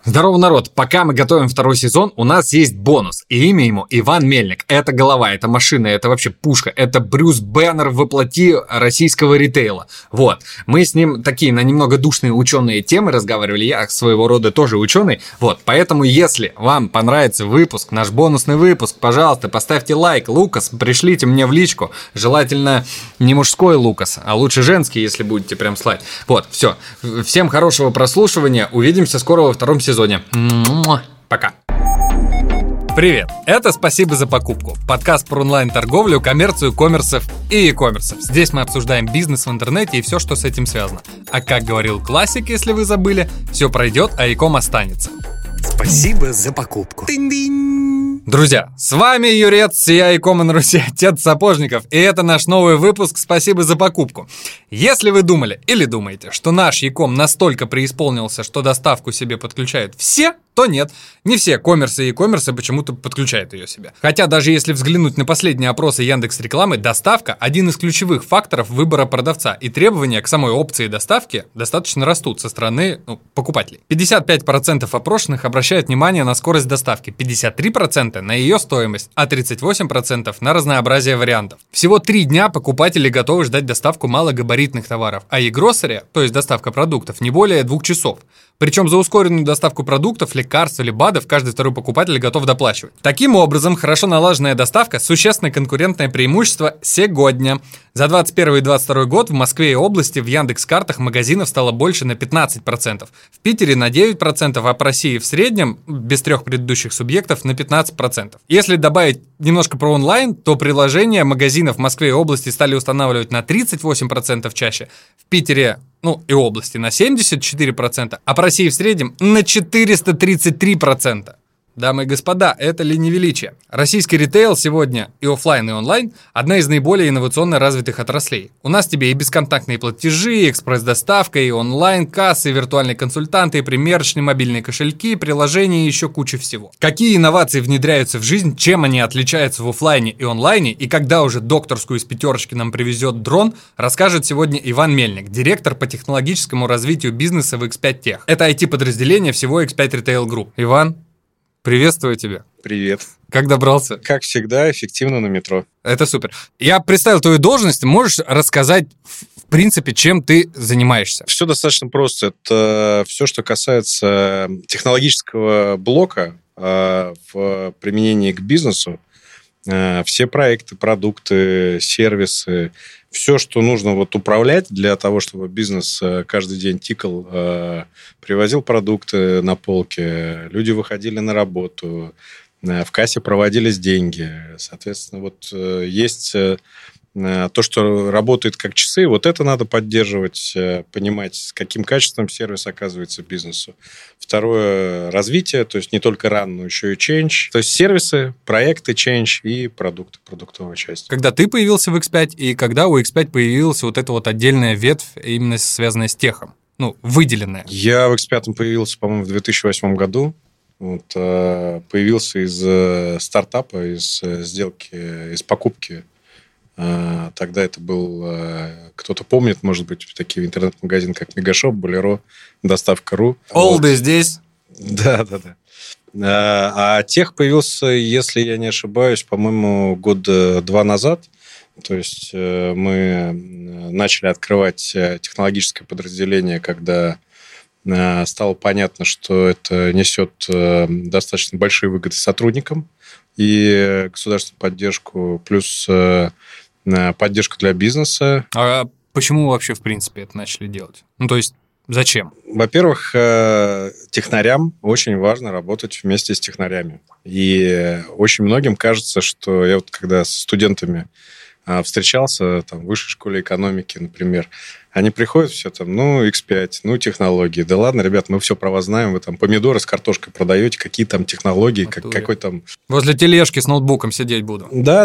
Здорово, народ! Пока мы готовим второй сезон, у нас есть бонус. И имя ему Иван Мельник. Это голова, это машина, это вообще пушка. Это Брюс Беннер воплоти российского ритейла. Вот. Мы с ним такие на немного душные ученые темы разговаривали. Я своего рода тоже ученый. Вот. Поэтому, если вам понравится выпуск, наш бонусный выпуск, пожалуйста, поставьте лайк. Лукас, пришлите мне в личку. Желательно не мужской Лукас, а лучше женский, если будете прям слать. Вот, все. Всем хорошего прослушивания. Увидимся скоро во втором сезоне. Пока. Привет, это «Спасибо за покупку». Подкаст про онлайн-торговлю, коммерцию, коммерсов и e-коммерсов. Здесь мы обсуждаем бизнес в интернете и все, что с этим связано. А как говорил классик, если вы забыли, все пройдет, а e-ком останется. Спасибо за покупку. Друзья, с вами Юрец, я e-ком на Руси, отец сапожников, и это наш новый выпуск «Спасибо за покупку». Если вы думали или думаете, что наш e-ком настолько преисполнился, что доставку себе подключают все, то нет. Не все коммерсы и e-коммерсы почему-то подключают ее себе. Хотя даже если взглянуть на последние опросы Яндекс.Рекламы, доставка – один из ключевых факторов выбора продавца, и требования к самой опции доставки достаточно растут со стороны покупателей. 55% опрошенных обращают внимание на скорость доставки, 53% на ее стоимость, а 38% на разнообразие вариантов. Всего 3 дня покупатели готовы ждать доставку малогабаритных товаров, а e-grocery, то есть доставка продуктов, не более 2 часов. Причем за ускоренную доставку продуктов, лекарств или БАДов каждый второй покупатель готов доплачивать. Таким образом, хорошо налаженная доставка – существенное конкурентное преимущество сегодня. За 2021 и 2022 год в Москве и области в Яндекс.Картах магазинов стало больше на 15%, в Питере на 9%, а по России в среднем, без 3 предыдущих субъектов, на 15%. Если добавить немножко про онлайн, то приложения магазинов в Москве и области стали устанавливать на 38% чаще, в Питере и области на 74%, а по России в среднем на 433%. Дамы и господа, это ли не величие? Российский ритейл сегодня и офлайн, и онлайн – одна из наиболее инновационно развитых отраслей. У нас тебе и бесконтактные платежи, и экспресс-доставка, и онлайн-кассы, и виртуальные консультанты, и примерочные мобильные кошельки, приложения и еще куча всего. Какие инновации внедряются в жизнь, чем они отличаются в офлайне и онлайне, и когда уже докторскую из 5 нам привезет дрон, расскажет сегодня Иван Мельник, директор по технологическому развитию бизнеса в X5 Tech. Это IT-подразделение всего X5 Retail Group. Иван, приветствую тебя. Привет. Как добрался? Как всегда, эффективно на метро. Это супер. Я представил твою должность. Можешь рассказать, в принципе, чем ты занимаешься? Все достаточно просто. Это все, что касается технологического блока в применении к бизнесу. Все проекты, продукты, сервисы, все, что нужно управлять для того, чтобы бизнес каждый день тикал, привозил продукты на полке, люди выходили на работу, в кассе проводились деньги. Соответственно, есть то, что работает как часы, это надо поддерживать, понимать, с каким качеством сервис оказывается бизнесу. Второе – развитие, то есть не только run, но еще и change. То есть сервисы, проекты change и продукты, продуктовая часть. Когда ты появился в X5 и когда у X5 появилась эта отдельная ветвь, именно связанная с техом, выделенная? Я в X5 появился, по-моему, в 2008 году. Появился из стартапа, из сделки, из покупки. Тогда это был, кто-то помнит, может быть, такие интернет-магазины, как Мегашоп, Болеро, Доставка.ру. Олды здесь. Да. А тех появился, если я не ошибаюсь, по-моему, 2 года назад. То есть мы начали открывать технологическое подразделение, когда стало понятно, что это несет достаточно большие выгоды сотрудникам и государственную поддержку, плюс поддержку для бизнеса. А почему вообще, в принципе, это начали делать? То есть, зачем? Во-первых, технарям очень важно работать вместе с технарями. И очень многим кажется, что я когда с студентами встречался в высшей школе экономики, например, они приходят все X5, технологии. Да ладно, ребят, мы все про вас знаем. Вы помидоры с картошкой продаете, какие там технологии, какой там... Возле тележки с ноутбуком сидеть буду. Да.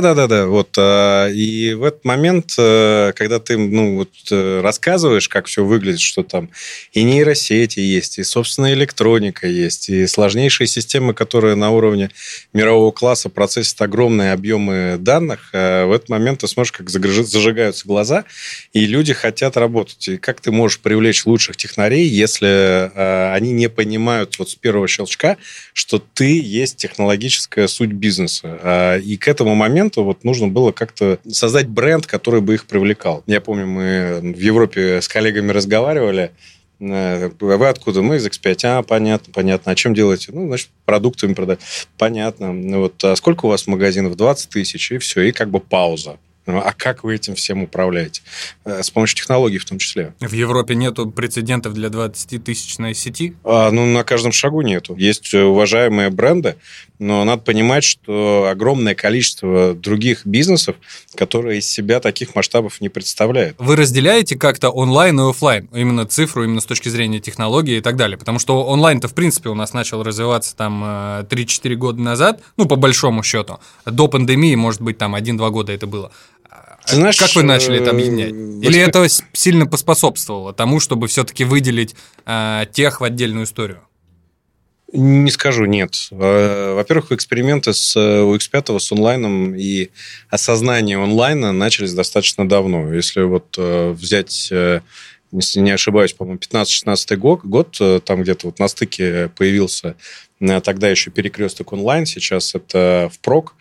И в этот момент, когда ты рассказываешь, как все выглядит, что там и нейросети есть, и собственная электроника есть, и сложнейшие системы, которые на уровне мирового класса процессят огромные объемы данных, в этот момент ты смотришь, как зажигаются глаза, и люди хотят работать. работать. И как ты можешь привлечь лучших технарей, если они не понимают вот с первого щелчка, что ты есть технологическая суть бизнеса. И к этому моменту вот нужно было как-то создать бренд, который бы их привлекал. Я помню, мы в Европе с коллегами разговаривали. Вы откуда? Мы из X5. Понятно. А чем делаете? Значит, продуктами продать. Понятно. Вот, а сколько у вас магазинов? 20 тысяч, и все. И как бы пауза. А как вы этим всем управляете? С помощью технологий в том числе. В Европе нету прецедентов для 20-тысячной сети? На каждом шагу нету. Есть уважаемые бренды, но надо понимать, что огромное количество других бизнесов, которые из себя таких масштабов не представляют. Вы разделяете как-то онлайн и офлайн? Именно цифру, именно с точки зрения технологий и так далее? Потому что онлайн-то, в принципе, у нас начал развиваться там 3-4 года назад, по большому счету. До пандемии, может быть, там 1-2 года это было. Ты знаешь, как вы начали это объединять? Или это сильно поспособствовало тому, чтобы все-таки выделить тех в отдельную историю? Не скажу, нет. Во-первых, эксперименты у X5 с онлайном и осознание онлайна начались достаточно давно. Если вот взять, если не ошибаюсь, по-моему, 15-16 год, там где-то вот на стыке появился тогда еще перекресток онлайн, сейчас это впрок.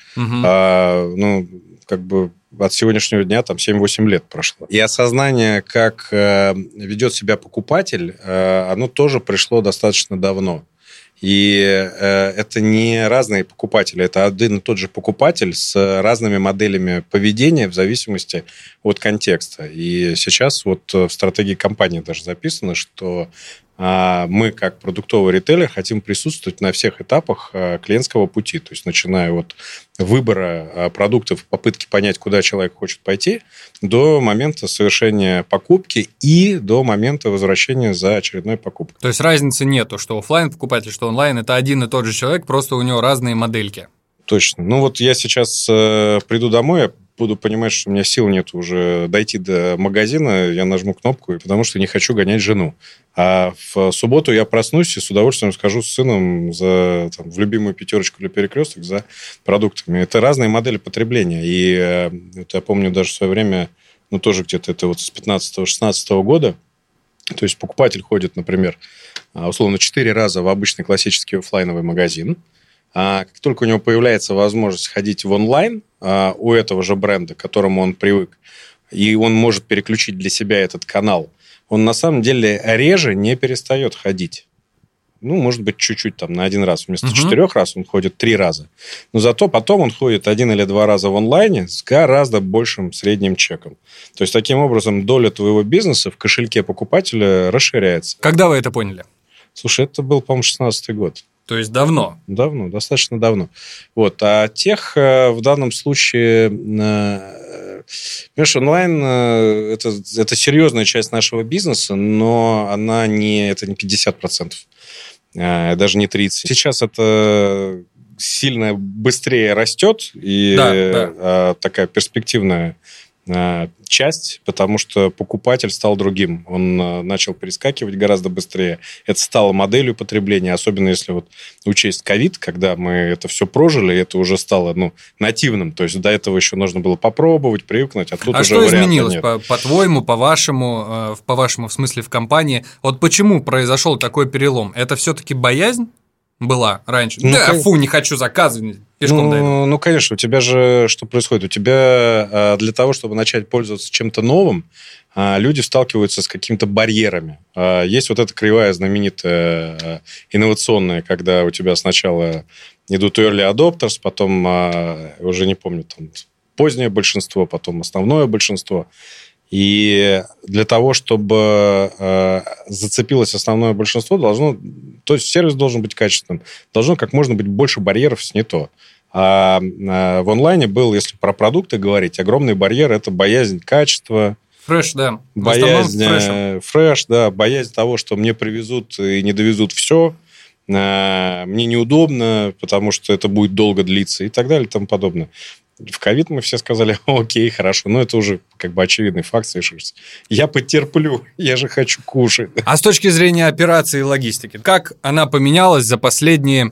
От сегодняшнего дня там 7-8 лет прошло. И осознание, как ведет себя покупатель, оно тоже пришло достаточно давно. И это не разные покупатели, это один и тот же покупатель с разными моделями поведения в зависимости от контекста. И сейчас вот в стратегии компании даже записано, что мы, как продуктовый ритейлер, хотим присутствовать на всех этапах клиентского пути. То есть, начиная от выбора продуктов, попытки понять, куда человек хочет пойти, до момента совершения покупки и до момента возвращения за очередной покупкой. То есть, разницы нету, что офлайн покупатель, что онлайн. Это один и тот же человек, просто у него разные модельки. Точно. Вот я сейчас приду домой, я буду понимать, что у меня сил нет уже дойти до магазина, я нажму кнопку, потому что не хочу гонять жену. А в субботу я проснусь и с удовольствием схожу с сыном в любимую пятерочку или перекресток за продуктами. Это разные модели потребления. И я помню даже в свое время, тоже где-то это вот с 15-16 года, то есть покупатель ходит, например, условно 4 раза в обычный классический офлайновый магазин. А как только у него появляется возможность ходить в онлайн у этого же бренда, к которому он привык, и он может переключить для себя этот канал, он на самом деле реже не перестает ходить. Может быть, чуть-чуть на 1 раз. Вместо 4 раз он ходит 3 раза. Но зато потом он ходит 1 или 2 раза в онлайне с гораздо большим средним чеком. То есть, таким образом, доля твоего бизнеса в кошельке покупателя расширяется. Когда вы это поняли? Слушай, это был, по-моему, 16-й год. То есть давно? Давно, достаточно давно. А тех в данном случае... Понимаешь, онлайн это серьезная часть нашего бизнеса, но это не 50%, даже не 30%. Сейчас это сильно быстрее растет, и такая перспективная часть, потому что покупатель стал другим. Он начал перескакивать гораздо быстрее. Это стало моделью потребления, особенно если учесть ковид, когда мы это все прожили, это уже стало нативным. То есть до этого еще нужно было попробовать, привыкнуть, а тут уже что изменилось, по-твоему, по-вашему, в смысле в компании? Вот почему произошел такой перелом? Это все-таки боязнь была раньше? Не хочу заказывать, пешком дойду. Конечно, у тебя же что происходит? У тебя для того, чтобы начать пользоваться чем-то новым, люди сталкиваются с какими-то барьерами. Есть вот эта кривая знаменитая инновационная, когда у тебя сначала идут early adopters, потом, уже не помню, позднее большинство, потом основное большинство. И для того, чтобы зацепилось основное большинство, то есть сервис должен быть качественным, должно как можно быть больше барьеров снято. А в онлайне был, если про продукты говорить, огромный барьер – это боязнь качества. Фреш, да. Боязнь фреш, да. Боязнь того, что мне привезут и не довезут все. Мне неудобно, потому что это будет долго длиться и так далее и тому подобное. В ковид мы все сказали, окей, хорошо, но это уже очевидный факт совершился. Я потерплю, я же хочу кушать. А с точки зрения операции и логистики, как она поменялась за последние,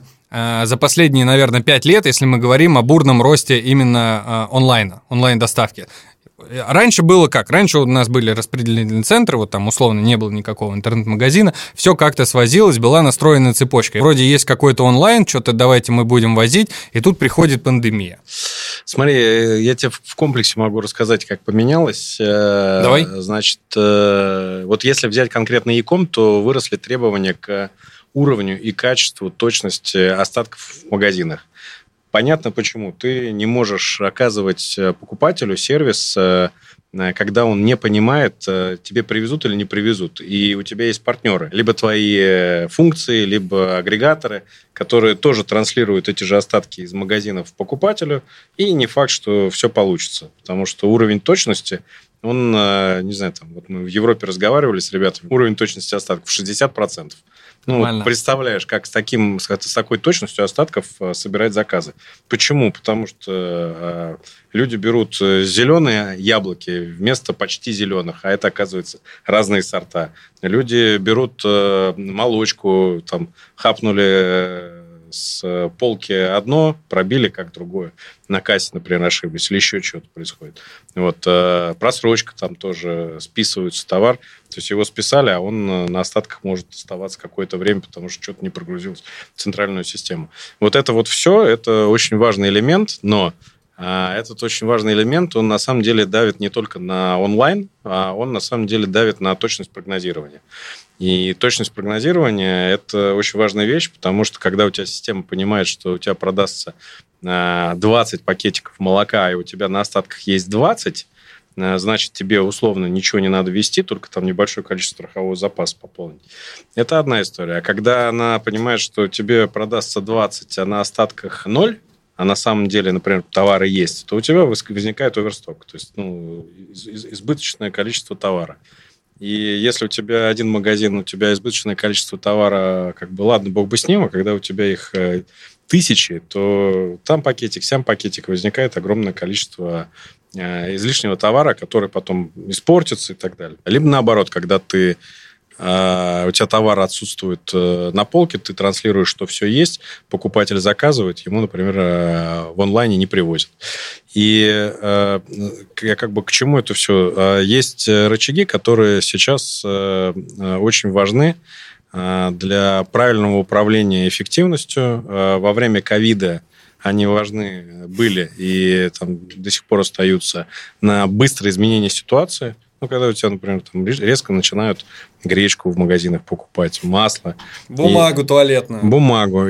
наверное, 5 лет, если мы говорим о бурном росте именно онлайн-доставки? раньше было как? Раньше у нас были распределительные центры, вот там условно не было никакого интернет-магазина, все как-то свозилось, была настроена цепочка. Вроде есть какой-то онлайн, что-то давайте мы будем возить, и тут приходит пандемия. Смотри, я тебе в комплексе могу рассказать, как поменялось. Давай. Значит, вот если взять конкретно e-com, то выросли требования к уровню и качеству, точности остатков в магазинах. Понятно почему. Ты не можешь оказывать покупателю сервис, когда он не понимает, тебе привезут или не привезут. И у тебя есть партнеры. Либо твои функции, либо агрегаторы, которые тоже транслируют эти же остатки из магазинов покупателю. И не факт, что все получится. Потому что уровень точности, он, не знаю, там, вот мы в Европе разговаривали с ребятами, уровень точности остатков 60%. Ну, представляешь, как с такой точностью остатков собирать заказы. Почему? Потому что люди берут зеленые яблоки вместо почти зеленых, а это, оказывается, разные сорта. Люди берут молочку, там, хапнули с полки одно, пробили как другое. На кассе, например, ошиблись, или еще что-то происходит. Вот, просрочка, там тоже списывается товар. То есть его списали, а он на остатках может оставаться какое-то время, потому что что-то не прогрузилось в центральную систему. Вот это вот все, это очень важный элемент, но этот очень важный элемент, он на самом деле давит не только на онлайн, а он на самом деле давит на точность прогнозирования. И точность прогнозирования – это очень важная вещь, потому что когда у тебя система понимает, что у тебя продастся 20 пакетиков молока, и у тебя на остатках есть 20, значит, тебе условно ничего не надо вести, только там небольшое количество страхового запаса пополнить. Это одна история. А когда она понимает, что тебе продастся 20, а на остатках 0, а на самом деле, например, товары есть, то у тебя возникает оверсток, то есть избыточное количество товара. И если у тебя один магазин, у тебя избыточное количество товара, как бы, ладно, бог бы с ним, а когда у тебя их тысячи, то там пакетик, сям пакетик, возникает огромное количество излишнего товара, который потом испортится и так далее. Либо наоборот, когда у тебя товар отсутствует на полке, ты транслируешь, что все есть, покупатель заказывает, ему, например, в онлайне не привозят. И я как бы к чему это все? Есть рычаги, которые сейчас очень важны для правильного управления эффективностью. Во время ковида они важны были и там до сих пор остаются на быстрое изменение ситуации. Ну, когда у тебя, например, там резко начинают гречку в магазинах покупать, масло. Бумагу туалетную. Бумагу.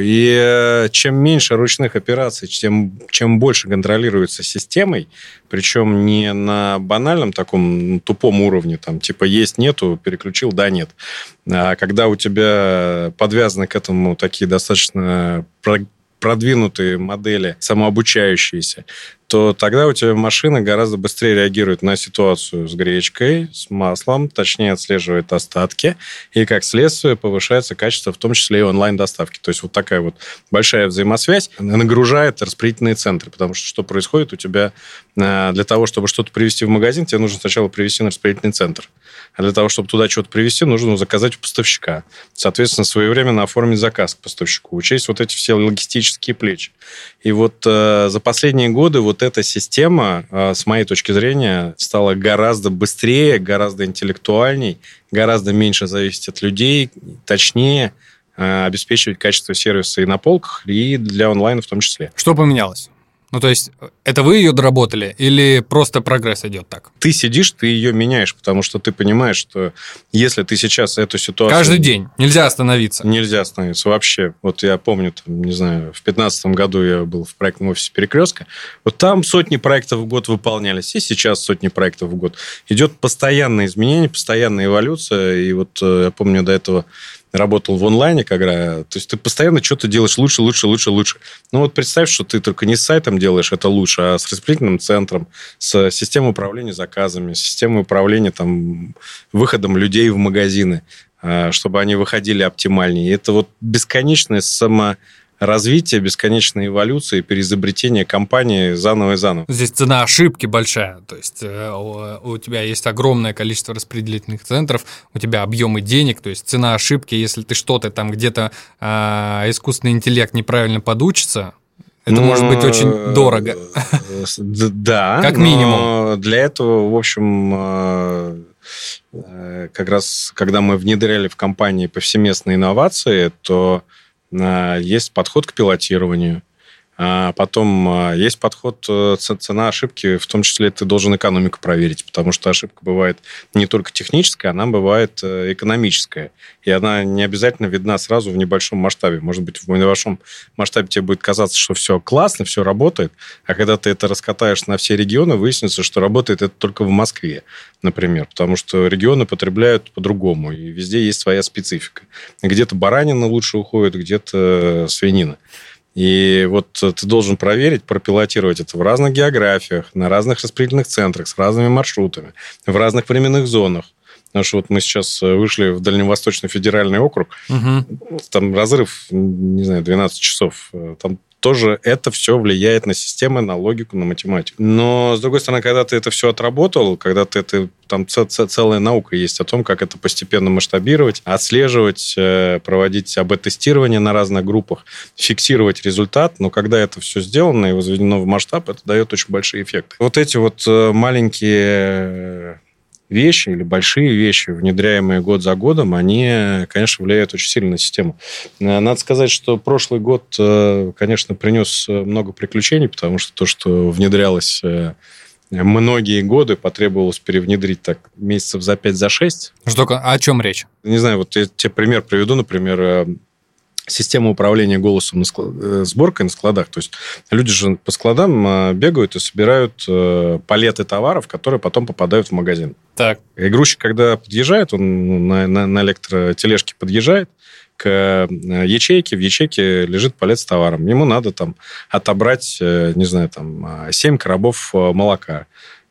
И чем меньше ручных операций, чем больше контролируется системой, причем не на банальном таком тупом уровне, там, типа есть, нету, переключил, да, нет. А когда у тебя подвязаны к этому такие достаточно продвинутые модели, самообучающиеся, то тогда у тебя машина гораздо быстрее реагирует на ситуацию с гречкой, с маслом, точнее отслеживает остатки, и как следствие повышается качество, в том числе и онлайн-доставки. То есть вот такая вот большая взаимосвязь нагружает распределительные центры, потому что происходит у тебя? Для того, чтобы что-то привезти в магазин, тебе нужно сначала привезти на распределительный центр. А для того, чтобы туда что-то привезти, нужно заказать у поставщика. Соответственно, своевременно оформить заказ к поставщику, учесть вот эти все логистические плечи. И вот за последние годы вот эта система, с моей точки зрения, стала гораздо быстрее, гораздо интеллектуальней, гораздо меньше зависеть от людей, точнее обеспечивать качество сервиса и на полках, и для онлайна в том числе. Что поменялось? Ну, то есть, это вы ее доработали или просто прогресс идет так? Ты сидишь, ты ее меняешь, потому что ты понимаешь, что если ты сейчас эту ситуацию... Каждый день. Нельзя остановиться. Нельзя остановиться вообще. Вот я помню, там, не знаю, в 2015 году я был в проектном офисе «Перекрестка». Вот там сотни проектов в год выполнялись, и сейчас сотни проектов в год. Идет постоянное изменение, постоянная эволюция. И вот я помню, до этого работал в онлайне, когда... То есть, ты постоянно что-то делаешь лучше. Ну, вот представь, что ты только не с сайтом делаешь это лучше, а с распределительным центром, с системой управления заказами, с системой управления там, выходом людей в магазины, чтобы они выходили оптимальнее. И это вот бесконечное саморазвитие, бесконечная эволюция и переизобретение компании заново и заново. Здесь цена ошибки большая. То есть у тебя есть огромное количество распределительных центров, у тебя объемы денег, то есть цена ошибки, если ты что-то там где-то искусственный интеллект неправильно подучится, Это может быть очень дорого. Да. Как минимум. Для этого, в общем, как раз, когда мы внедряли в компании повсеместные инновации, то есть подход к пилотированию. А потом есть подход цена ошибки, в том числе ты должен экономику проверить, потому что ошибка бывает не только техническая, она бывает экономическая. И она не обязательно видна сразу в небольшом масштабе. Может быть, в небольшом масштабе тебе будет казаться, что все классно, все работает, а когда ты это раскатаешь на все регионы, выяснится, что работает это только в Москве, например, потому что регионы потребляют по-другому, и везде есть своя специфика. Где-то баранина лучше уходит, где-то свинина. И вот ты должен проверить, пропилотировать это в разных географиях, на разных распределительных центрах, с разными маршрутами, в разных временных зонах. Потому что вот мы сейчас вышли в Дальневосточный федеральный округ, там разрыв, не знаю, 12 часов. Там тоже это все влияет на системы, на логику, на математику. Но, с другой стороны, когда ты это все отработал, когда ты это... Там целая наука есть о том, как это постепенно масштабировать, отслеживать, проводить АБ-тестирование на разных группах, фиксировать результат. Но когда это все сделано и возведено в масштаб, это дает очень большие эффекты. Вот эти вот маленькие вещи или большие вещи, внедряемые год за годом, они, конечно, влияют очень сильно на систему. Надо сказать, что прошлый год, конечно, принес много приключений, потому что то, что внедрялось многие годы, потребовалось перевнедрить так месяцев за 5, за 6. О чем речь? Не знаю, вот я тебе пример приведу, например, система управления голосом сборкой на складах. То есть люди же по складам бегают и собирают палеты товаров, которые потом попадают в магазин. Так. И грузчик, когда подъезжает, он на электротележке подъезжает к ячейке, в ячейке лежит палет с товаром. Ему надо там отобрать, не знаю, там 7 коробов молока.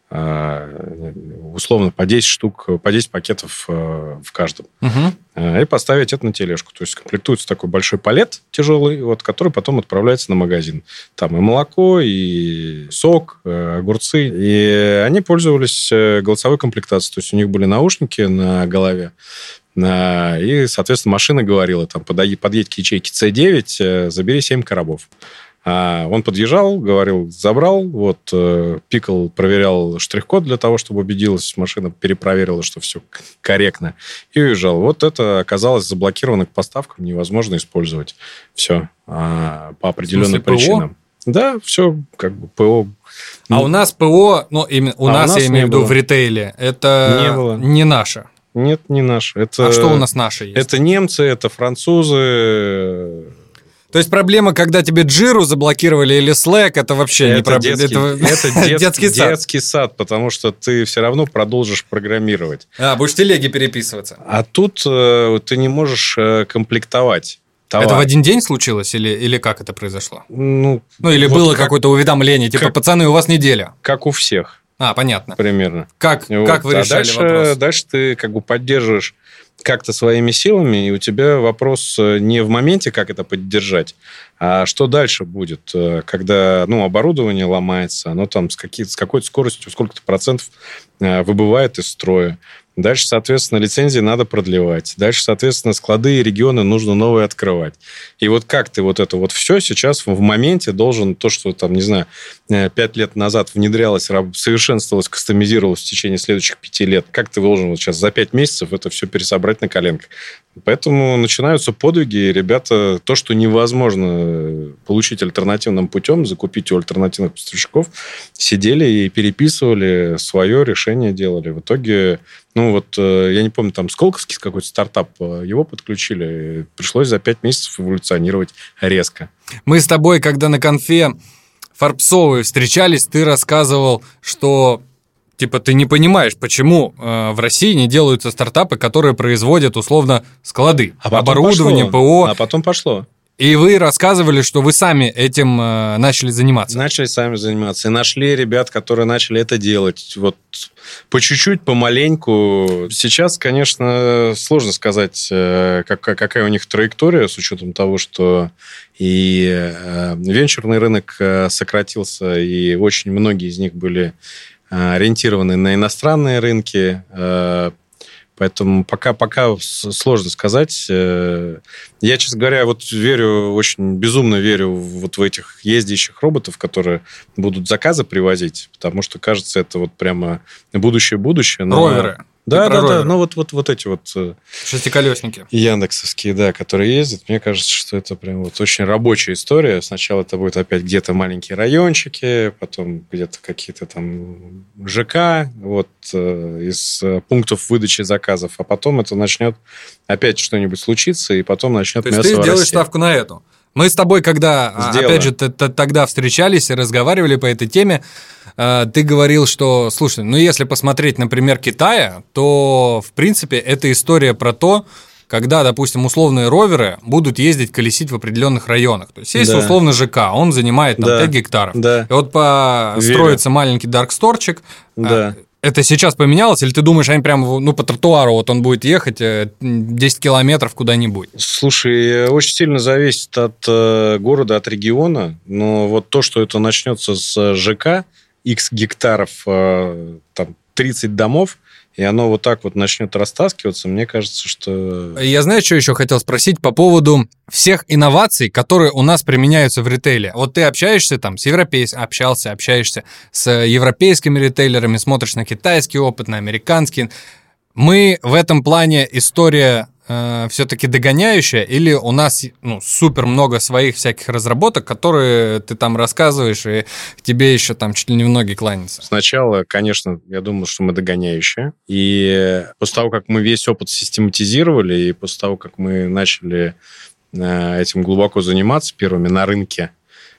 Условно, по 10 штук, по 10 пакетов в каждом. И поставить это на тележку. То есть комплектуется такой большой палет тяжелый, вот, который потом отправляется на магазин. Там и молоко, и сок, огурцы. И они пользовались голосовой комплектацией. То есть у них были наушники на голове. И, соответственно, машина говорила, там, подъедь к ячейке C9, забери 7 коробов. Он подъезжал, говорил, забрал, вот, пикал, проверял штрих-код для того, чтобы убедилась, машина перепроверила, что все корректно, и уезжал. Вот это оказалось заблокировано к поставкам, невозможно использовать все по определенным причинам. ПО? Да, все как бы ПО. А у нас ПО, ну, именно у нас, я имею в виду, в ритейле, это не наше. Нет, не наше. Это, а что у нас наше есть? Это немцы, это французы. То есть проблема, когда тебе Jira заблокировали или Slack, это вообще не проблема. Это детский сад, потому что ты все равно продолжишь программировать. Будешь телеги переписываться. А тут ты не можешь комплектовать товар. Это в один день случилось или как это произошло? Ну или вот было какое-то уведомление, типа, пацаны, у вас неделя. Как у всех. Понятно. Примерно. Как вы решали вопрос? Дальше ты как бы поддерживаешь как-то своими силами, и у тебя вопрос не в моменте, как это поддержать, а что дальше будет, когда оборудование ломается, оно там с какой-то скоростью, сколько-то процентов выбывает из строя. Дальше, соответственно, лицензии надо продлевать. Дальше, соответственно, склады и регионы нужно новые открывать. И вот как ты вот это вот все сейчас в моменте должен, то, что там, не знаю, 5 лет назад внедрялось, совершенствовалось, кастомизировалось в течение следующих 5 лет, как ты должен вот сейчас за 5 месяцев это все пересобрать на коленках? Поэтому начинаются подвиги, и ребята, то, что невозможно получить альтернативным путем, закупить у альтернативных поставщиков, сидели и переписывали свое решение, делали. В итоге, я не помню, там Сколковский какой-то стартап, его подключили, пришлось за 5 месяцев эволюционировать резко. Мы с тобой, когда на конфе форбсовой встречались, ты рассказывал, что... Типа ты не понимаешь, почему в России не делаются стартапы, которые производят, условно, склады, оборудование, ПО. А потом пошло. И вы рассказывали, что вы сами этим начали заниматься. Начали сами заниматься. И нашли ребят, которые начали это делать. Вот по чуть-чуть, помаленьку. Сейчас, конечно, сложно сказать, какая у них траектория, с учетом того, что и венчурный рынок сократился, и очень многие из них были ориентированы на иностранные рынки. Поэтому пока сложно сказать. Я, честно говоря, вот верю, очень безумно верю вот в этих ездящих роботов, которые будут заказы привозить, потому что, кажется, это вот прямо будущее. Роверы. Да. Ну, вот эти вот... Шестиколесники. Яндексовские, да, которые ездят. Мне кажется, что это прям вот очень рабочая история. Сначала это будет опять где-то маленькие райончики, потом где-то какие-то там ЖК, вот, из пунктов выдачи заказов, а потом это начнет опять что-нибудь случиться, и потом начнет массово расти. То есть ты сделаешь ставку на эту? Мы с тобой, когда, опять же, тогда встречались и разговаривали по этой теме, ты говорил, что, слушай, ну если посмотреть, например, Китая, то, в принципе, это история про то, когда, допустим, условные роверы будут ездить, колесить в определенных районах. То есть, есть условно ЖК, он занимает там 5 гектаров. Да. И вот строится маленький дарксторчик. Да. Это сейчас поменялось, или ты думаешь, они прямо по тротуару вот он будет ехать 10 километров куда-нибудь? Слушай, очень сильно зависит от города, от региона, но вот то, что это начнется с ЖК, X гектаров, там 30 домов, и оно вот так вот начнет растаскиваться, мне кажется, что... Я знаю, что еще хотел спросить по поводу всех инноваций, которые у нас применяются в ритейле. Вот ты общаешься там с общаешься с европейскими ритейлерами, смотришь на китайский опыт, на американский. Мы в этом плане история все-таки догоняющая, или у нас супер много своих всяких разработок, которые ты там рассказываешь, и к тебе еще там чуть ли не в ноги кланяются? Сначала, конечно, я думал, что мы догоняющие. И после того, как мы весь опыт систематизировали, и после того, как мы начали этим глубоко заниматься первыми на рынке,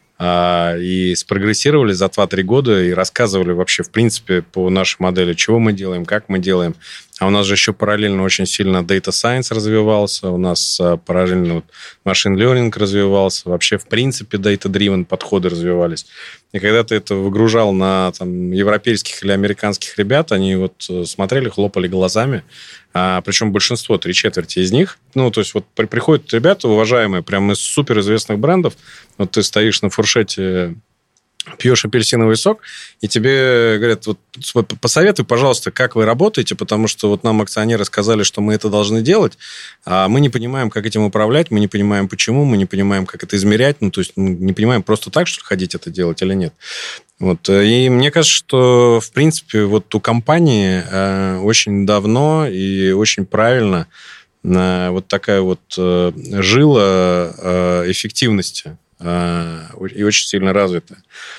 и спрогрессировали за 2-3 года и рассказывали вообще, в принципе, по нашей модели, чего мы делаем, как мы делаем. А у нас же еще параллельно очень сильно Data Science развивался, у нас параллельно Machine Learning развивался, вообще, в принципе, Data-Driven подходы развивались. И когда ты это выгружал на там, европейских или американских ребят, они вот смотрели, хлопали глазами, причем большинство, 3/4 из них, то есть вот приходят ребята, уважаемые, прямо из суперизвестных брендов, вот ты стоишь на фуршете, пьешь апельсиновый сок, и тебе говорят, вот посоветуй, пожалуйста, как вы работаете, потому что вот нам акционеры сказали, что мы это должны делать, а мы не понимаем, как этим управлять, мы не понимаем, почему, мы не понимаем, как это измерять, то есть мы не понимаем просто так, что ходить это делать или нет. Вот. И мне кажется, что, в принципе, вот у компании очень давно и очень правильно вот такая вот жила эффективности и очень сильно развита.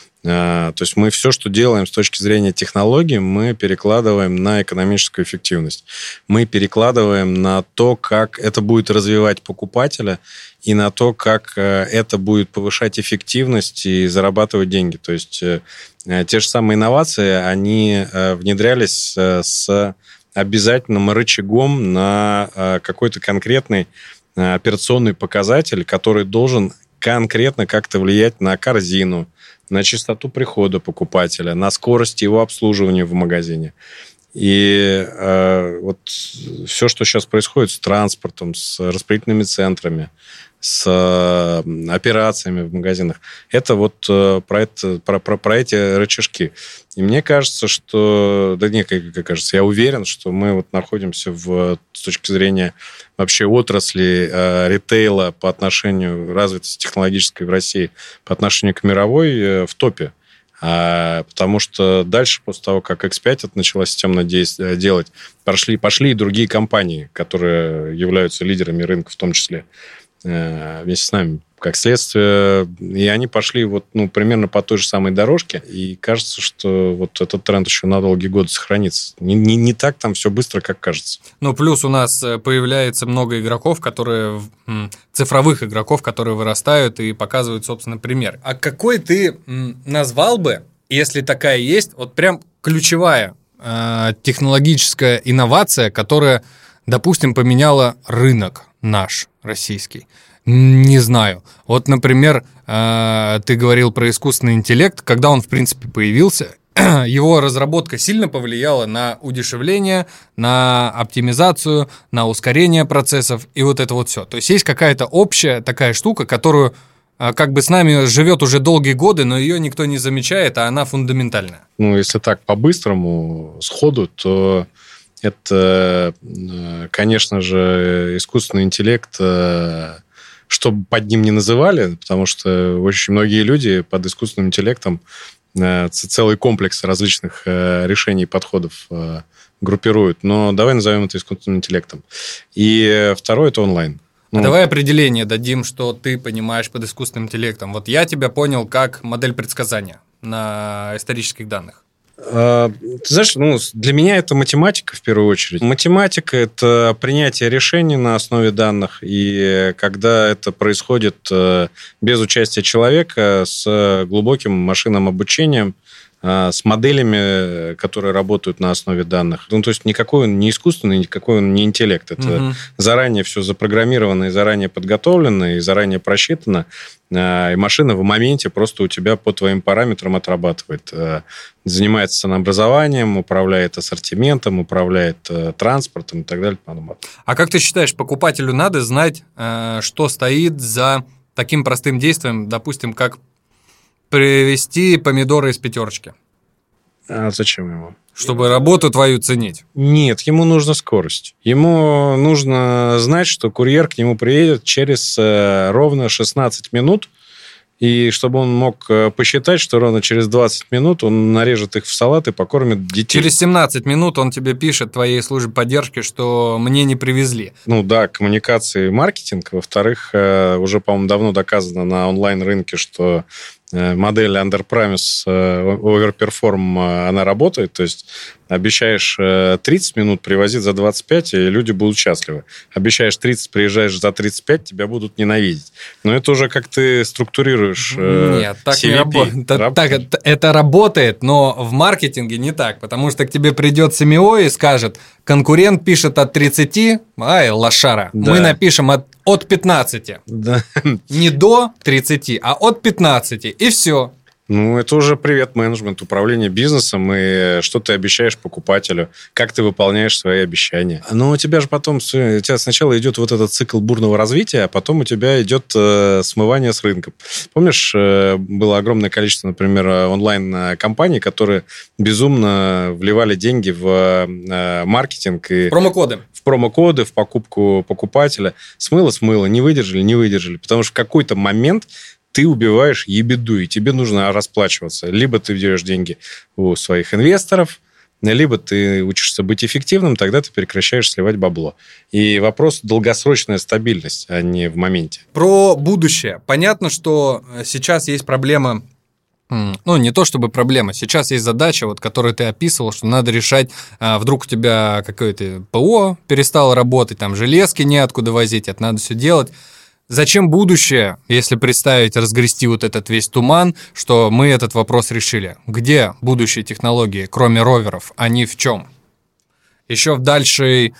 То есть мы все, что делаем с точки зрения технологий, мы перекладываем на экономическую эффективность. Мы перекладываем на то, как это будет развивать покупателя, и на то, как это будет повышать эффективность и зарабатывать деньги. То есть те же самые инновации, они внедрялись с обязательным рычагом на какой-то конкретный операционный показатель, который должен конкретно как-то влиять на корзину, на частоту прихода покупателя, на скорость его обслуживания в магазине. И вот все, что сейчас происходит с транспортом, с распределительными центрами, с операциями в магазинах, это вот про эти рычажки. И мне кажется, что... Да нет, как кажется, я уверен, что мы вот находимся с точки зрения вообще отрасли ритейла по отношению развитости технологической в России, по отношению к мировой в топе. Потому что дальше, после того, как X5 это начала системно делать, пошли и другие компании, которые являются лидерами рынка в том числе, вместе с нами, как следствие. И они пошли вот, примерно по той же самой дорожке. И кажется, что вот этот тренд еще на долгие годы сохранится. Не так там все быстро, как кажется. Плюс у нас появляется много игроков, цифровых игроков, которые вырастают и показывают, собственно, пример. А какой ты назвал бы, если такая есть, вот прям ключевая технологическая инновация, которая, допустим, поменяла рынок наш, российский? Не знаю. Вот, например, ты говорил про искусственный интеллект. Когда он, в принципе, появился, его разработка сильно повлияла на удешевление, на оптимизацию, на ускорение процессов и вот это вот все. То есть есть какая-то общая такая штука, которую как бы с нами живет уже долгие годы, но ее никто не замечает, а она фундаментальная. Если так по-быстрому, сходу, то Это, конечно же, искусственный интеллект, что бы под ним ни называли, потому что очень многие люди под искусственным интеллектом целый комплекс различных решений и подходов группируют. Но давай назовем это искусственным интеллектом. И второе – это онлайн. Давай определение дадим, что ты понимаешь под искусственным интеллектом. Вот я тебя понял как модель предсказания на исторических данных. Ты знаешь, для меня это математика в первую очередь. Математика – это принятие решений на основе данных, и когда это происходит без участия человека, с глубоким машинным обучением, с моделями, которые работают на основе данных. То есть никакой он не искусственный, никакой он не интеллект. Это заранее все запрограммировано и заранее подготовлено, и заранее просчитано. И машина в моменте просто у тебя по твоим параметрам отрабатывает. Занимается ценообразованием, управляет ассортиментом, управляет транспортом и так далее. А как ты считаешь, покупателю надо знать, что стоит за таким простым действием, допустим, как привезти помидоры из пятерочки? А зачем ему? Чтобы работу твою ценить. Нет, ему нужна скорость. Ему нужно знать, что курьер к нему приедет через ровно 16 минут, и чтобы он мог посчитать, что ровно через 20 минут он нарежет их в салат и покормит детей. Через 17 минут он тебе пишет, твоей службе поддержки, что мне не привезли. Коммуникации и маркетинг. Во-вторых, уже, по-моему, давно доказано на онлайн-рынке, что модель Under Promise Over Perform, она работает. То есть обещаешь 30 минут, привозить за 25, и люди будут счастливы. Обещаешь 30, приезжаешь за 35, тебя будут ненавидеть. Но это уже как ты структурируешь Нет, так CVP. Не работает. Это работает, но в маркетинге не так. Потому что к тебе придет СМО и скажет, конкурент пишет от 30, ай, лошара. Да. Мы напишем от 15. Да. Не до 30, а от 15. И все. Это уже привет менеджмент, управление бизнесом, и что ты обещаешь покупателю, как ты выполняешь свои обещания. Но у тебя же потом, у тебя сначала идет вот этот цикл бурного развития, а потом у тебя идет смывание с рынка. Помнишь, было огромное количество, например, онлайн-компаний, которые безумно вливали деньги в маркетинг. И промокоды, в покупку покупателя. Смыло, не выдержали. Потому что в какой-то момент ты убиваешь ебеду, и тебе нужно расплачиваться. Либо ты берешь деньги у своих инвесторов, либо ты учишься быть эффективным, тогда ты прекращаешь сливать бабло. И вопрос долгосрочная стабильность, а не в моменте. Про будущее. Понятно, что сейчас есть проблема, не то чтобы проблема, сейчас есть задача, которую ты описывал, что надо решать, вдруг у тебя какое-то ПО перестало работать, там железки неоткуда возить, это надо все делать. Зачем будущее, если представить, разгрести вот этот весь туман, что мы этот вопрос решили? Где будущие технологии, кроме роверов, они в чем? Еще дальше,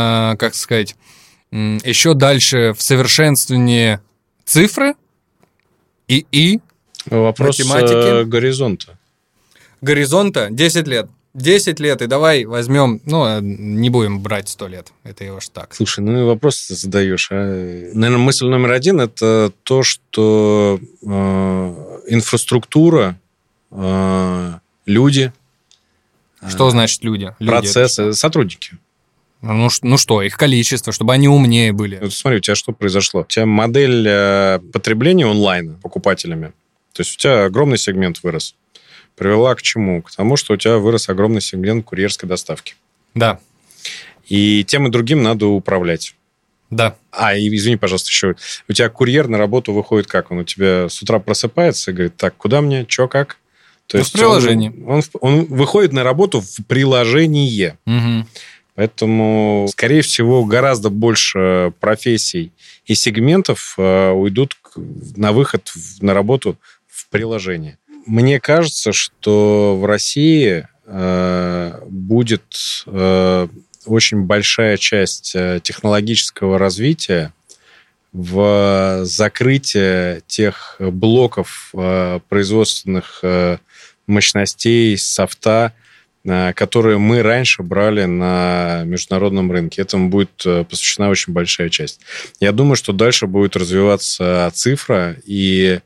еще дальше в совершенствовании цифры и вопрос математики. Горизонта. Горизонта 10 лет. 10 лет, и давай возьмем, не будем брать 100 лет, это его ж так. Слушай, вопрос ты задаешь. Наверное, мысль номер один – это то, что инфраструктура, люди… Что значит люди? Процессы, сотрудники. Что, их количество, чтобы они умнее были. Смотри, у тебя что произошло? У тебя модель потребления онлайна покупателями, то есть у тебя огромный сегмент вырос. Привела к чему? К тому, что у тебя вырос огромный сегмент курьерской доставки. Да. И тем и другим надо управлять. Да. Извини, пожалуйста, еще. У тебя курьер на работу выходит как? Он у тебя с утра просыпается и говорит, так, куда мне, что, как? То есть в приложении. Он выходит на работу в приложении. Угу. Поэтому, скорее всего, гораздо больше профессий и сегментов уйдут на выход на работу в приложение. Мне кажется, что в России будет очень большая часть технологического развития в закрытии тех блоков производственных мощностей, софта, которые мы раньше брали на международном рынке. Этому будет посвящена очень большая часть. Я думаю, что дальше будет развиваться цифра, и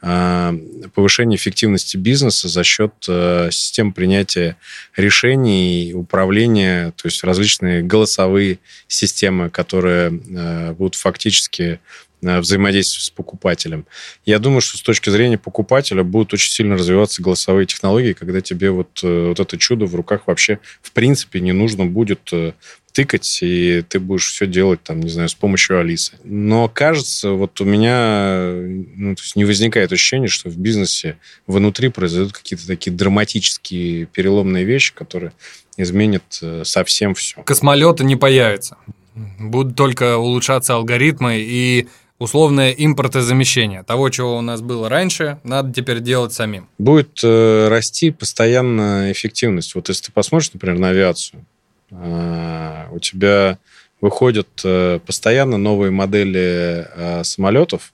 повышение эффективности бизнеса за счет систем принятия решений, управления, то есть различные голосовые системы, которые будут фактически взаимодействовать с покупателем. Я думаю, что с точки зрения покупателя будут очень сильно развиваться голосовые технологии, когда тебе вот это чудо в руках вообще в принципе не нужно будет тыкать, и ты будешь все делать, там, не знаю, с помощью Алисы. Но кажется, вот у меня то есть не возникает ощущения, что в бизнесе внутри произойдут какие-то такие драматические переломные вещи, которые изменят совсем все. Космолеты не появятся. Будут только улучшаться алгоритмы и условное импортозамещение. Того, чего у нас было раньше, надо теперь делать самим. Будет расти постоянно эффективность. Вот если ты посмотришь, например, на авиацию, у тебя выходят постоянно новые модели самолетов,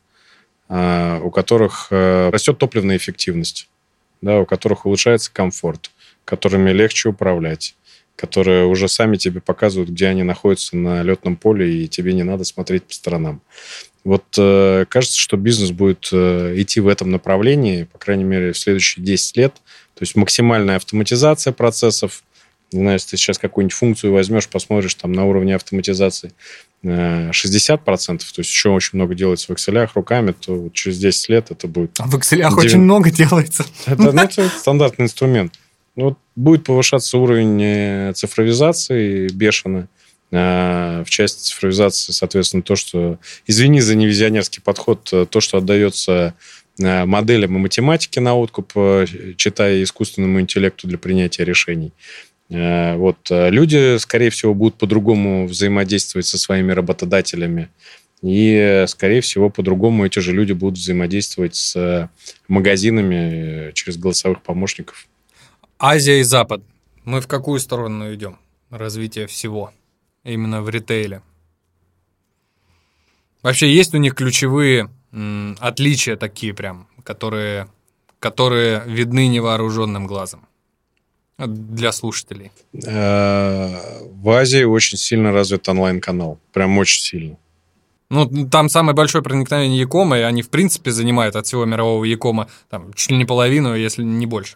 у которых растет топливная эффективность, да, у которых улучшается комфорт, которыми легче управлять, которые уже сами тебе показывают, где они находятся на летном поле, и тебе не надо смотреть по сторонам. Вот кажется, что бизнес будет идти в этом направлении, по крайней мере, в следующие 10 лет. То есть максимальная автоматизация процессов. Не знаю, если ты сейчас какую-нибудь функцию возьмешь, посмотришь там на уровне автоматизации 60%, то есть еще очень много делается в Excel руками, то вот через 10 лет это будет... А в Excel очень много делается. Это стандартный инструмент. Вот будет повышаться уровень цифровизации бешено. В части цифровизации, соответственно, то, что... Извини за невизионерский подход. То, что отдается моделям и математике на откуп, читая искусственному интеллекту для принятия решений. Вот. Люди, скорее всего, будут по-другому взаимодействовать со своими работодателями. И, скорее всего, по-другому эти же люди будут взаимодействовать с магазинами через голосовых помощников. Азия и Запад. Мы в какую сторону идем? Развитие всего. Именно в ритейле. Вообще есть у них ключевые отличия такие прям, которые видны невооруженным глазом для слушателей? В Азии очень сильно развит онлайн-канал. Прям очень сильно. Ну, там самое большое проникновение e-кома, и они, в принципе, занимают от всего мирового e-кома там, чуть ли не половину, если не больше.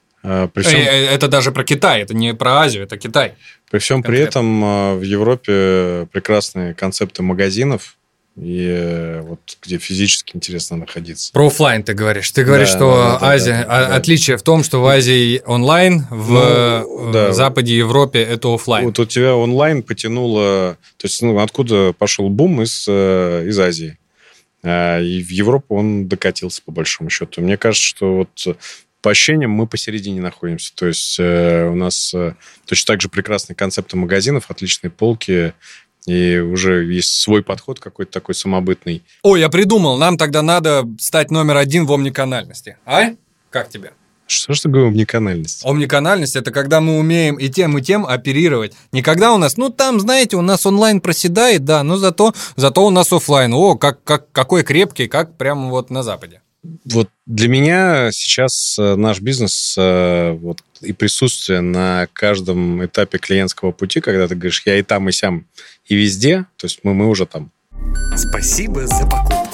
Это даже про Китай, это не про Азию, это Китай. При всем при этом в Европе прекрасные концепты магазинов, и вот где физически интересно находиться. Про офлайн ты говоришь. Ты говоришь, что Азия... Отличие в том, что в Азии онлайн, в Западе Европе это офлайн. Вот у тебя онлайн потянуло... То есть откуда пошел бум из Азии. И в Европу он докатился, по большому счету. Мне кажется, что вот... По ощущениям мы посередине находимся. То есть у нас точно так же прекрасные концепты магазинов, отличные полки, и уже есть свой подход какой-то такой самобытный. Ой, я придумал, нам тогда надо стать номер 1 в омниканальности. А? Как тебе? Что ж такое омниканальность? Омниканальность – это когда мы умеем и тем оперировать. Не когда у нас, там, знаете, у нас онлайн проседает, да, но зато у нас офлайн. О, какой крепкий, как прямо вот на Западе. Вот для меня сейчас наш бизнес вот, и присутствие на каждом этапе клиентского пути, когда ты говоришь, я и там, и сям, и везде, то есть мы уже там. Спасибо за покупку.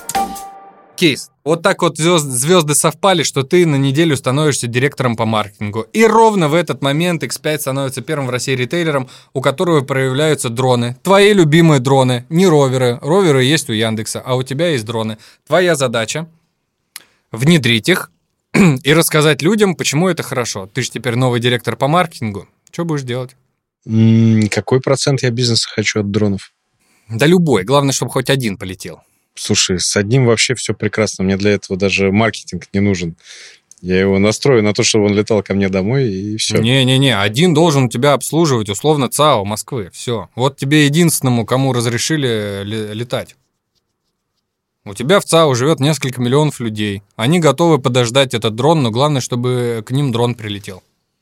Кейс. Вот так вот звезды совпали, что ты на неделю становишься директором по маркетингу. И ровно в этот момент X5 становится первым в России ритейлером, у которого проявляются дроны. Твои любимые дроны, не роверы. Роверы есть у Яндекса, а у тебя есть дроны. Твоя задача внедрить их и рассказать людям, почему это хорошо. Ты же теперь новый директор по маркетингу. Что будешь делать? Какой процент я бизнеса хочу от дронов? Да любой. Главное, чтобы хоть один полетел. Слушай, с одним вообще все прекрасно. Мне для этого даже маркетинг не нужен. Я его настрою на то, чтобы он летал ко мне домой, и все. Не-не-не, один должен тебя обслуживать, условно, ЦАО Москвы. Все. Вот тебе единственному, кому разрешили летать. У тебя в ЦАО живет несколько миллионов людей. Они готовы подождать этот дрон, но главное, чтобы к ним дрон прилетел.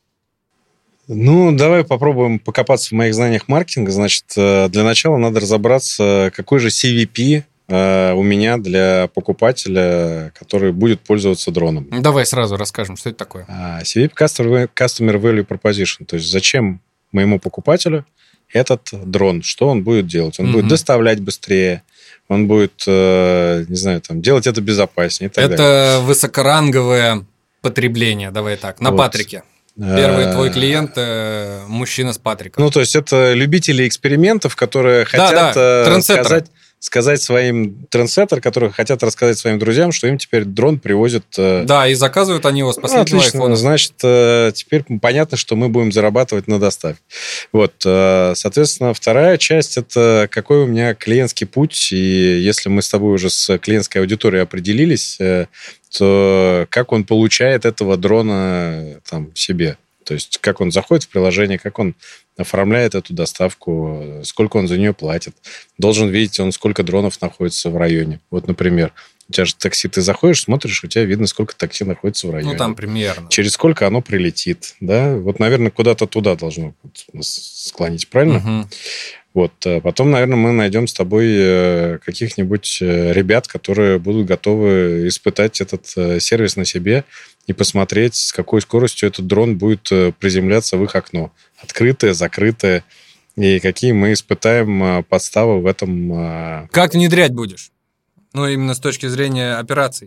Давай попробуем покопаться в моих знаниях маркетинга. Значит, для начала надо разобраться, какой же CVP у меня для покупателя, который будет пользоваться дроном. Давай сразу расскажем, что это такое. CVP – Customer Value Proposition. То есть зачем моему покупателю этот дрон? Что он будет делать? Он будет доставлять быстрее, он будет, не знаю, там, делать это безопаснее и так далее. Это высокоранговое потребление, давай так, на Вот. Патрике. Первый твой клиент – мужчина с Патриком. Ну, то есть это любители экспериментов, которые хотят сказать своим трендсеттер, которые хотят рассказать своим друзьям, что им теперь дрон привозят. Да, и заказывают они его с последнего айфона. Значит, теперь понятно, что мы будем зарабатывать на доставке. Вот, соответственно, вторая часть – это какой у меня клиентский путь, и если мы с тобой уже с клиентской аудиторией определились, то как он получает этого дрона там себе. То есть, как он заходит в приложение, как он оформляет эту доставку, сколько он за нее платит. Должен видеть он, сколько дронов находится в районе. Вот, например, у тебя же такси, ты заходишь, смотришь, у тебя видно, сколько такси находится в районе. Ну, там примерно. Через сколько оно прилетит, да? Вот, наверное, куда-то туда должно склонить, правильно? Угу. Вот. Потом, наверное, мы найдем с тобой каких-нибудь ребят, которые будут готовы испытать этот сервис на себе и посмотреть, с какой скоростью этот дрон будет приземляться в их окно. Открытое, закрытое. И какие мы испытаем подставы в этом. Как внедрять будешь? Ну, именно с точки зрения операций.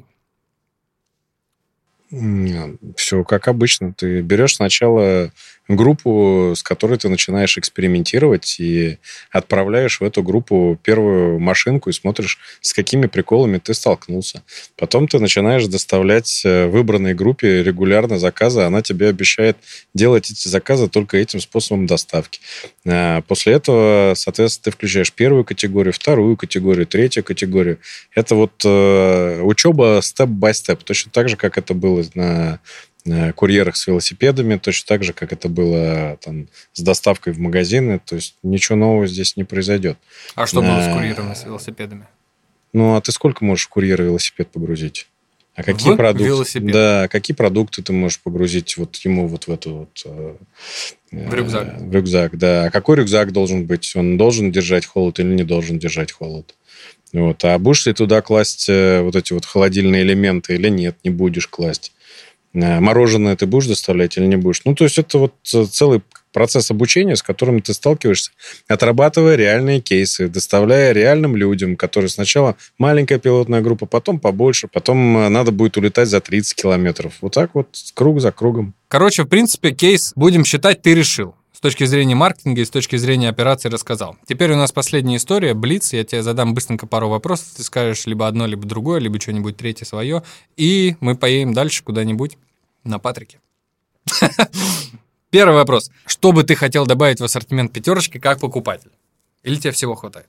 Все как обычно. Ты берешь сначала группу, с которой ты начинаешь экспериментировать, и отправляешь в эту группу первую машинку и смотришь, с какими приколами ты столкнулся. Потом ты начинаешь доставлять выбранной группе регулярно заказы. Она тебе обещает делать эти заказы только этим способом доставки. После этого, соответственно, ты включаешь первую категорию, вторую категорию, третью категорию. Это вот учеба степ-бай-степ. Точно так же, как это было на курьерах с велосипедами, точно так же, как это было там, с доставкой в магазины. То есть ничего нового здесь не произойдет. А что было с курьерами с велосипедами? Ну, а ты сколько можешь в курьера велосипед погрузить? А какие продукты? Велосипед. Да, какие продукты ты можешь погрузить вот ему вот в эту вот... В рюкзак. В рюкзак, да. А какой рюкзак должен быть? Он должен держать холод или не должен держать холод? Вот. А будешь ли туда класть вот эти вот холодильные элементы или нет, не будешь класть? Мороженое ты будешь доставлять или не будешь? Ну, то есть, это вот целый процесс обучения, с которым ты сталкиваешься, отрабатывая реальные кейсы, доставляя реальным людям, которые сначала маленькая пилотная группа, потом побольше, потом надо будет улетать за 30 километров. Вот так вот, круг за кругом. Короче, в принципе, кейс, будем считать, ты решил. С точки зрения маркетинга и с точки зрения операции рассказал. Теперь у нас последняя история, блиц. Я тебе задам быстренько пару вопросов. Ты скажешь либо одно, либо другое, либо что-нибудь третье свое. И мы поедем дальше куда-нибудь на Патрике. Первый вопрос. Что бы ты хотел добавить в ассортимент пятерочки как покупатель? Или тебе всего хватает?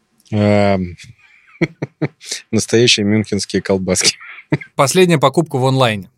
Настоящие мюнхенские колбаски. Последняя покупка в онлайне.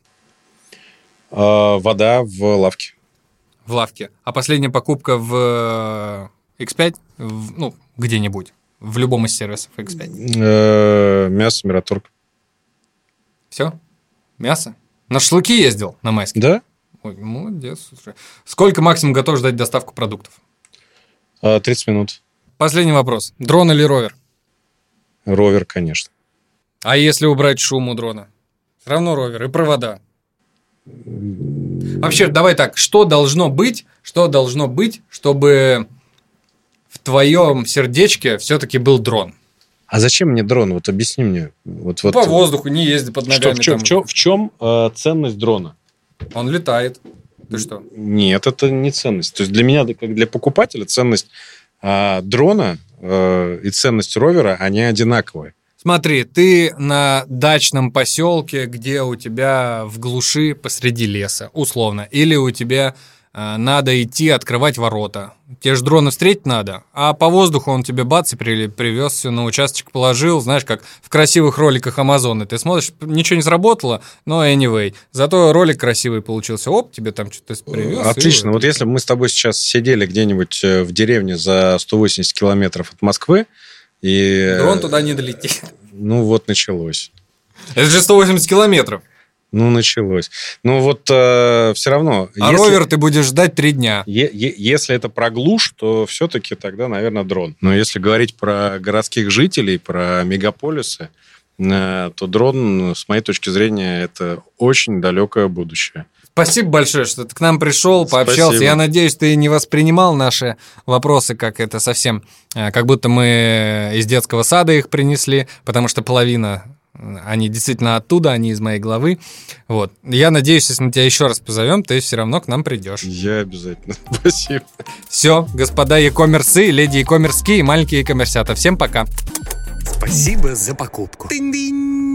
Вода в лавке. В лавке. А последняя покупка в X5? Ну, где-нибудь. В любом из сервисов X5. Мясо, Мираторг. Все? Мясо? На шашлыки ездил на майские? Да. Ой, молодец. Слушай. Сколько максимум готов ждать доставку продуктов? 30 минут. Последний вопрос. Дрон или ровер? Ровер, конечно. А если убрать шум у дрона? Все равно ровер и провода. Вообще, давай так. Что должно быть, чтобы в твоем сердечке все-таки был дрон? А зачем мне дрон? Вот объясни мне. Вот, По воздуху не езди под ногами. В чем ценность дрона? Он летает. Ты что? Нет, это не ценность. То есть для меня, как для покупателя, ценность дрона и ценность ровера, они одинаковые. Смотри, ты на дачном поселке, где у тебя в глуши посреди леса, условно, или у тебя надо идти открывать ворота. Тебе же дрона встретить надо, а по воздуху он тебе бац и привез все на участок, положил, знаешь, как в красивых роликах Амазона. Ты смотришь, ничего не сработало, но anyway. Зато ролик красивый получился. Оп, тебе там что-то привез. Отлично. Вот если бы мы с тобой сейчас сидели где-нибудь в деревне за 180 километров от Москвы, и... Дрон туда не долетит. Ну, вот началось. Это же 180 километров. Ну, началось. Ну, вот все равно... А ровер ты будешь ждать 3 дня. Если это про глушь, то все-таки тогда, наверное, дрон. Но если говорить про городских жителей, про мегаполисы, то дрон, с моей точки зрения, это очень далекое будущее. Спасибо большое, что ты к нам пришел, пообщался. Спасибо. Я надеюсь, ты не воспринимал наши вопросы как это совсем, как будто мы из детского сада их принесли, потому что половина, они действительно оттуда, они из моей головы. Вот. Я надеюсь, если мы тебя еще раз позовем, ты все равно к нам придешь. Я обязательно. Спасибо. Все, господа e-коммерсы, леди e-коммерские и маленькие e-коммерсята. Всем пока. Спасибо за покупку. Тынь-дынь.